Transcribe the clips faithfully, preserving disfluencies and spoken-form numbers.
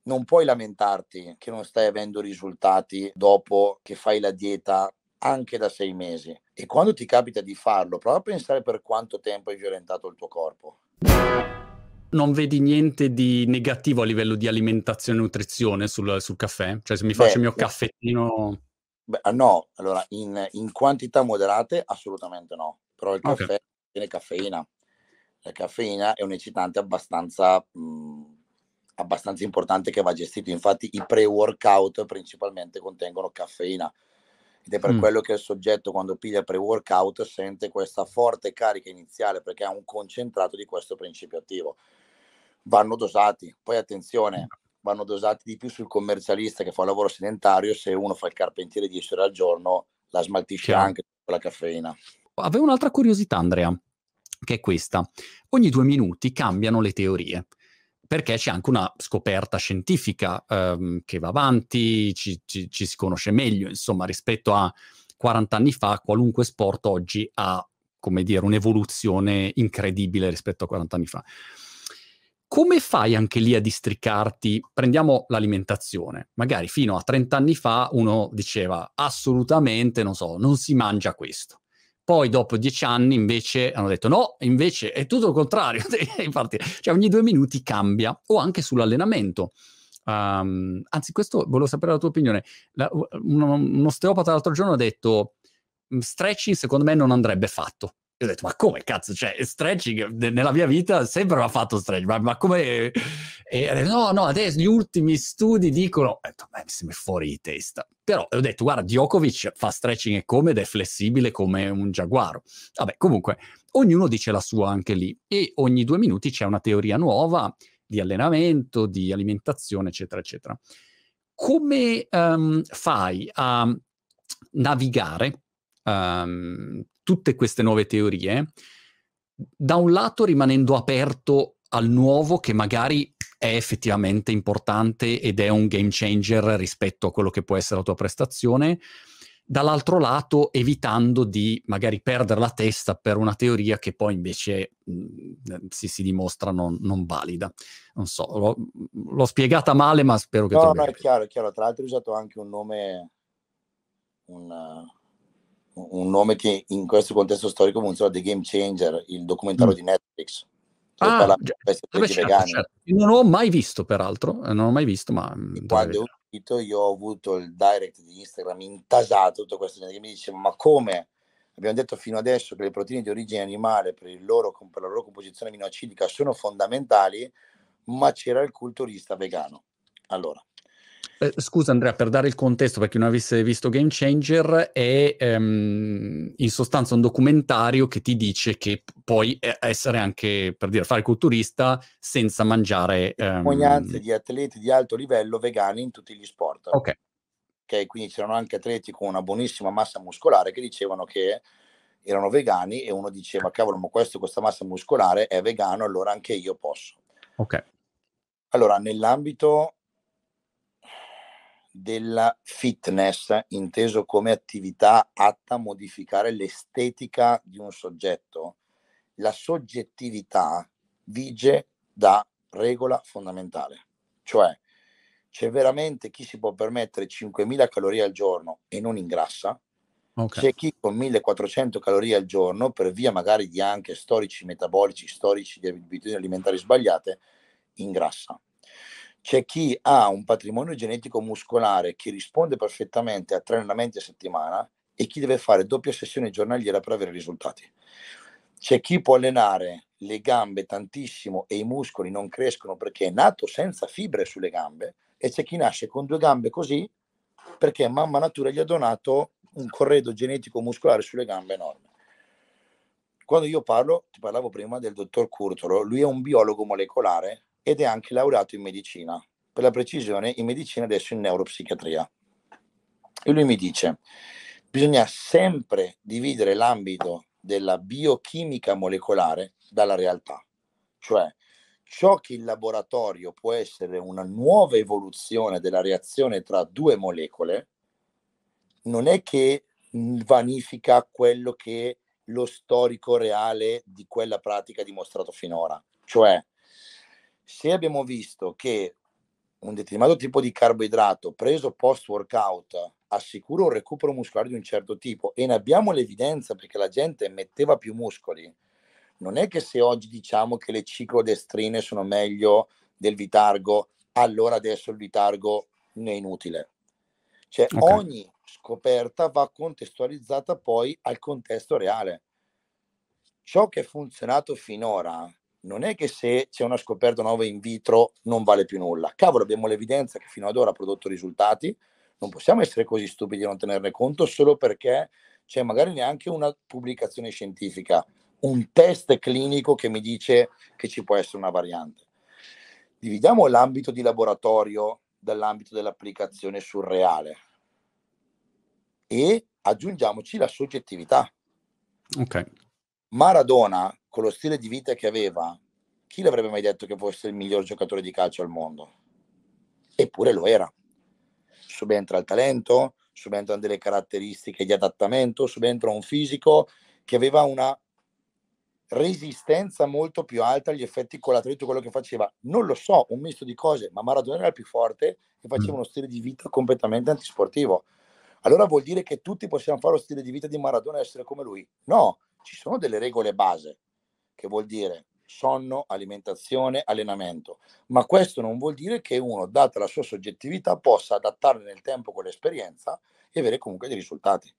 non puoi lamentarti che non stai avendo risultati dopo che fai la dieta anche da sei mesi. E quando ti capita di farlo, prova a pensare per quanto tempo hai violentato il tuo corpo. Non vedi niente di negativo a livello di alimentazione e nutrizione sul, sul caffè? Cioè, se mi faccio Beh, il mio caffettino... beh, no, allora in, in quantità moderate assolutamente no, però il Ok. caffè tiene caffeina. La caffeina è un eccitante abbastanza, mh, abbastanza importante che va gestito. Infatti i pre-workout principalmente contengono caffeina. Ed è per Mm. quello che il soggetto, quando piglia pre-workout, sente questa forte carica iniziale, perché ha un concentrato di questo principio attivo. Vanno dosati. Poi attenzione, vanno dosati di più sul commercialista che fa un lavoro sedentario. Se uno fa il carpentiere dieci ore al giorno, la smaltisce Chiaro. anche con la caffeina. Avevo un'altra curiosità, Andrea, che è questa. Ogni due minuti cambiano le teorie, perché c'è anche una scoperta scientifica ehm, che va avanti, ci, ci, ci si conosce meglio, insomma, rispetto a quaranta anni fa, qualunque sport oggi ha, come dire, un'evoluzione incredibile rispetto a quaranta anni fa. Come fai anche lì a districarti? Prendiamo l'alimentazione. Magari fino a trenta anni fa uno diceva assolutamente, non so, non si mangia questo. Poi dopo dieci anni invece hanno detto no, invece è tutto il contrario. Infatti, cioè ogni due minuti cambia. O anche sull'allenamento. Um, anzi, questo volevo sapere la tua opinione. La, un, un osteopata l'altro giorno ha detto stretching secondo me non andrebbe fatto. Io ho detto, ma come cazzo, cioè, stretching nella mia vita sempre va fatto stretching, ma, ma come... E, no, no, adesso gli ultimi studi dicono, ho detto, beh, mi sembra fuori di testa. Però ho detto, guarda, Djokovic fa stretching e come ed è flessibile come un giaguaro. Vabbè, comunque, ognuno dice la sua anche lì e ogni due minuti c'è una teoria nuova di allenamento, di alimentazione, eccetera, eccetera. Come um, fai a navigare um, tutte queste nuove teorie, da un lato rimanendo aperto al nuovo che magari è effettivamente importante ed è un game changer rispetto a quello che può essere la tua prestazione, dall'altro lato evitando di magari perdere la testa per una teoria che poi invece mh, si, si dimostra non, non valida. Non so, l'ho, l'ho spiegata male, ma spero che tu No, abbia no, è capito. chiaro, è chiaro. Tra l'altro hai usato anche un nome, un, un nome che in questo contesto storico funziona, The Game Changer, il documentario Mm. di Netflix, dove Ah, parla già, di vabbè, questi certo, vegani. certo. Non ho mai visto, peraltro, eh, non ho mai visto, ma E mh, dovrei quando è vedere. uscito io ho avuto il direct di Instagram intasato, tutta questa gente che mi diceva, ma come? Abbiamo detto fino adesso che le proteine di origine animale per, il loro, per la loro composizione aminoacidica sono fondamentali, ma c'era il culturista vegano. Allora, Eh, scusa Andrea, per dare il contesto per chi non avesse visto Game Changer, è ehm, in sostanza un documentario che ti dice che puoi eh, essere anche, per dire, fare culturista senza mangiare... testimonianze ehm, di atleti di alto livello vegani in tutti gli sport. Ok, Okay, quindi c'erano anche atleti con una buonissima massa muscolare che dicevano che erano vegani e uno diceva: "Cavolo, ma questo questa massa muscolare è vegano, allora anche io posso". ok. Allora, nell'ambito della fitness, inteso come attività atta a modificare l'estetica di un soggetto, la soggettività vige da regola fondamentale. Cioè, c'è veramente chi si può permettere cinquemila calorie al giorno e non ingrassa, Ok. c'è chi con millequattrocento calorie al giorno, per via magari di anche storici metabolici, storici di abitudini alimentari sbagliate, ingrassa. C'è chi ha un patrimonio genetico muscolare che risponde perfettamente a tre allenamenti a settimana e chi deve fare doppia sessione giornaliera per avere risultati. C'è chi può allenare le gambe tantissimo e i muscoli non crescono perché è nato senza fibre sulle gambe, e c'è chi nasce con due gambe così perché mamma natura gli ha donato un corredo genetico muscolare sulle gambe enorme. Quando io parlo, ti parlavo prima del dottor Curtolo, lui è un biologo molecolare ed è anche laureato in medicina, per la precisione in medicina adesso in neuropsichiatria. E lui mi dice, bisogna sempre dividere l'ambito della biochimica molecolare dalla realtà, cioè ciò che in laboratorio può essere una nuova evoluzione della reazione tra due molecole, non è che vanifica quello che lo storico reale di quella pratica ha dimostrato finora. Cioè, se abbiamo visto che un determinato tipo di carboidrato preso post workout assicura un recupero muscolare di un certo tipo, e ne abbiamo l'evidenza perché la gente metteva più muscoli. Non è che se oggi diciamo che le ciclodestrine sono meglio del Vitargo, allora adesso il Vitargo è inutile. Cioè Ok. ogni scoperta va contestualizzata poi al contesto reale. Ciò che è funzionato finora non è che se c'è una scoperta nuova in vitro non vale più nulla. Cavolo, abbiamo l'evidenza che fino ad ora ha prodotto risultati, non possiamo essere così stupidi di non tenerne conto solo perché c'è magari neanche una pubblicazione scientifica, un test clinico che mi dice che ci può essere una variante. Dividiamo l'ambito di laboratorio dall'ambito dell'applicazione sul reale e aggiungiamoci la soggettività. Ok. Maradona, con lo stile di vita che aveva, chi l'avrebbe mai detto che fosse il miglior giocatore di calcio al mondo? Eppure lo era. Subentra il talento, subentrano delle caratteristiche di adattamento, subentra un fisico che aveva una resistenza molto più alta agli effetti collaterali di tutto quello che faceva. Non lo so, un misto di cose, ma Maradona era il più forte e faceva Mm. uno stile di vita completamente antisportivo. Allora vuol dire che tutti possiamo fare lo stile di vita di Maradona e essere come lui? No, ci sono delle regole base, che vuol dire sonno, alimentazione, allenamento, ma questo non vuol dire che uno, data la sua soggettività, possa adattarne nel tempo con l'esperienza e avere comunque dei risultati.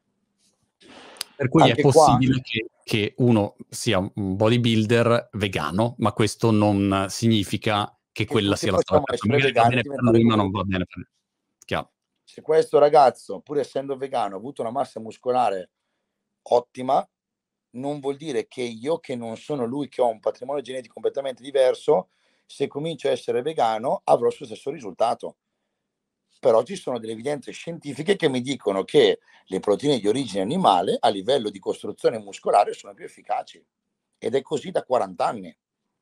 Per cui è Anche qua, possibile che, che uno sia un bodybuilder vegano, ma questo non significa che che quella tutti sia la strada possiamo per lui. essere Magari va vegani e bene per diventare lui, ma come non lui. va bene per me. Chiaro. Se questo ragazzo, pur essendo vegano, ha avuto una massa muscolare ottima, non vuol dire che io, che non sono lui, che ho un patrimonio genetico completamente diverso, se comincio a essere vegano avrò il suo stesso risultato. Però ci sono delle evidenze scientifiche che mi dicono che le proteine di origine animale a livello di costruzione muscolare sono più efficaci, ed è così da quaranta anni.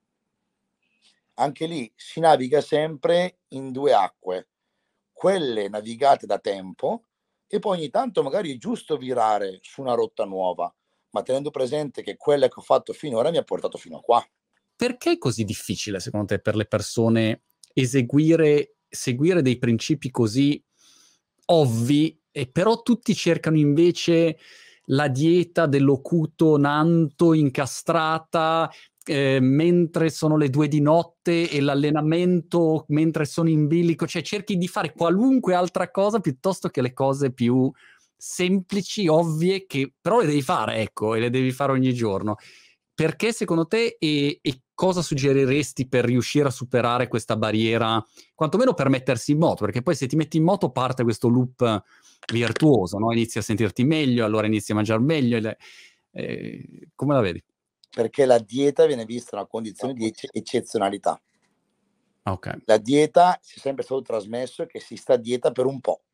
Anche lì si naviga sempre in due acque, quelle navigate da tempo, e poi ogni tanto magari è giusto virare su una rotta nuova, ma tenendo presente che quella che ho fatto finora mi ha portato fino a qua. Perché è così difficile, secondo te, per le persone eseguire, seguire dei principi così ovvi, e però tutti cercano invece la dieta dell'ocuto nanto incastrata, eh, mentre sono le due di notte, e l'allenamento mentre sono in bilico, cioè cerchi di fare qualunque altra cosa piuttosto che le cose più semplici, ovvie, che però le devi fare, ecco, e le devi fare ogni giorno. Perché secondo te, e, e cosa suggeriresti per riuscire a superare questa barriera, quantomeno per mettersi in moto? Perché poi se ti metti in moto parte questo loop virtuoso, no? Inizi a sentirti meglio, allora inizi a mangiare meglio. Le, eh, come la vedi? Perché la dieta viene vista una condizione di ecce- eccezionalità. Ok. La dieta ci è sempre stato trasmesso che si sta a dieta per un po'.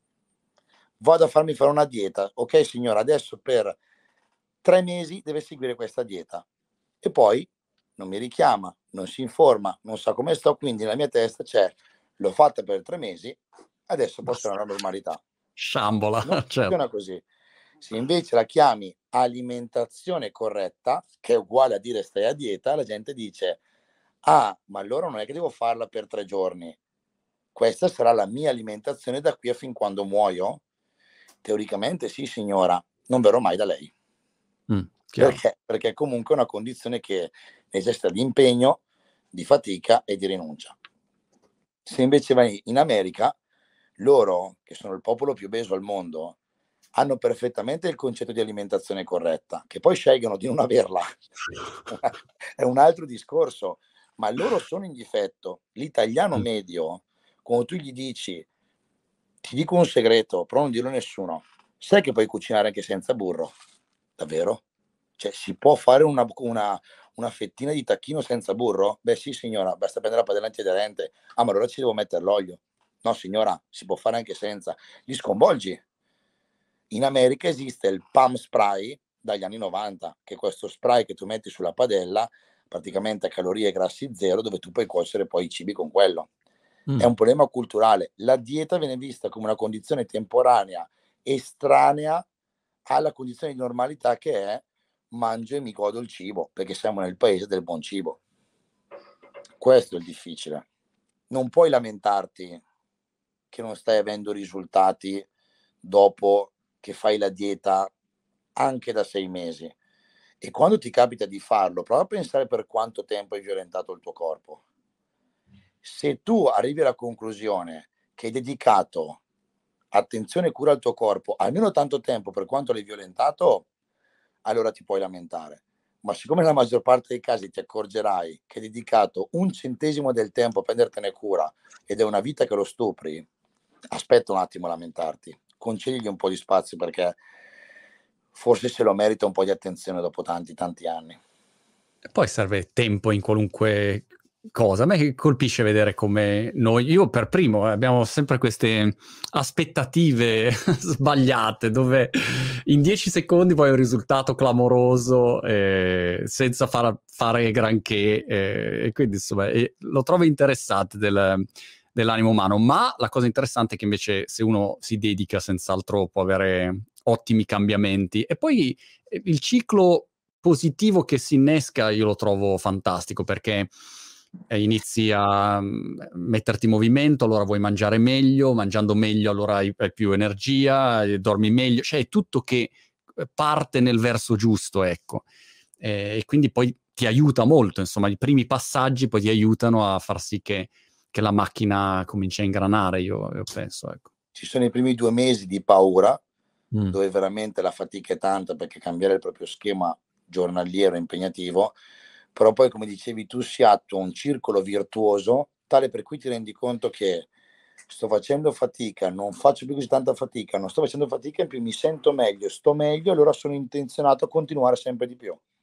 Vado a farmi fare una dieta, ok signora, adesso per tre mesi deve seguire questa dieta, e poi non mi richiama, non si informa, non sa come sto, quindi nella mia testa c'è: l'ho fatta per tre mesi, adesso posso Basta. tornare alla normalità. Sciambola, Non certo. funziona così. Se invece la chiami alimentazione corretta, che è uguale a dire stai a dieta, la gente dice: ah, ma allora non è che devo farla per tre giorni, questa sarà la mia alimentazione da qui a fin quando muoio? Teoricamente sì signora, non verrò mai da lei. Mm, chiaro. Perché? Perché comunque è una condizione che necessita di impegno, di fatica e di rinuncia. Se invece vai in America, loro, che sono il popolo più obeso al mondo, hanno perfettamente il concetto di alimentazione corretta, che poi scelgono di non averla. È un altro discorso, ma loro sono in difetto. L'italiano Mm. medio, quando tu gli dici, ti dico un segreto, però non dirlo a nessuno, sai che puoi cucinare anche senza burro? Davvero? Cioè, si può fare una, una, una fettina di tacchino senza burro? Beh sì signora, basta prendere la padella antiaderente. Ah, ma allora ci devo mettere l'olio? No signora, si può fare anche senza. Li sconvolgi. In America esiste il Palm Spray dagli anni novanta, che è questo spray che tu metti sulla padella, praticamente a calorie e grassi zero, dove tu puoi cuocere poi i cibi con quello. È Mm. un problema culturale. La dieta viene vista come una condizione temporanea, estranea alla condizione di normalità che è mangio e mi godo il cibo, perché siamo nel paese del buon cibo. Questo è il difficile. non puoi lamentarti che non stai avendo risultati dopo che fai la dieta anche da sei mesi. E quando ti capita di farlo, prova a pensare per quanto tempo hai violentato il tuo corpo. Se tu arrivi alla conclusione che hai dedicato attenzione e cura al tuo corpo almeno tanto tempo per quanto l'hai violentato, allora ti puoi lamentare. Ma siccome nella maggior parte dei casi ti accorgerai che hai dedicato un centesimo del tempo a prendertene cura ed è una vita che lo stupri, aspetta un attimo a lamentarti, concedigli un po' di spazio, perché forse se lo merita un po' di attenzione dopo tanti tanti anni. E poi serve tempo in qualunque cosa. A me colpisce vedere come noi, io per primo, eh, abbiamo sempre queste aspettative sbagliate, dove in dieci secondi vuoi un risultato clamoroso eh, senza far, fare granché, eh, e quindi insomma eh, lo trovo interessante del, dell'animo umano, ma la cosa interessante è che invece se uno si dedica senz'altro può avere ottimi cambiamenti. E poi eh, il ciclo positivo che si innesca io lo trovo fantastico, perché eh, inizi a mm, metterti in movimento, allora vuoi mangiare meglio, mangiando meglio allora hai, hai più energia, eh, dormi meglio, cioè è tutto che eh, parte nel verso giusto, ecco. Eh, e quindi poi ti aiuta molto, insomma, i primi passaggi poi ti aiutano a far sì che, che la macchina cominci a ingranare, io, io penso, ecco. Ci sono i primi due mesi di paura, Mm. dove veramente la fatica è tanta, perché cambiare il proprio schema giornaliero è impegnativo, però poi, come dicevi tu, si attua un circolo virtuoso tale per cui ti rendi conto che sto facendo fatica, non faccio più così tanta fatica, non sto facendo fatica, in più mi sento meglio, sto meglio, allora sono intenzionato a continuare sempre di più.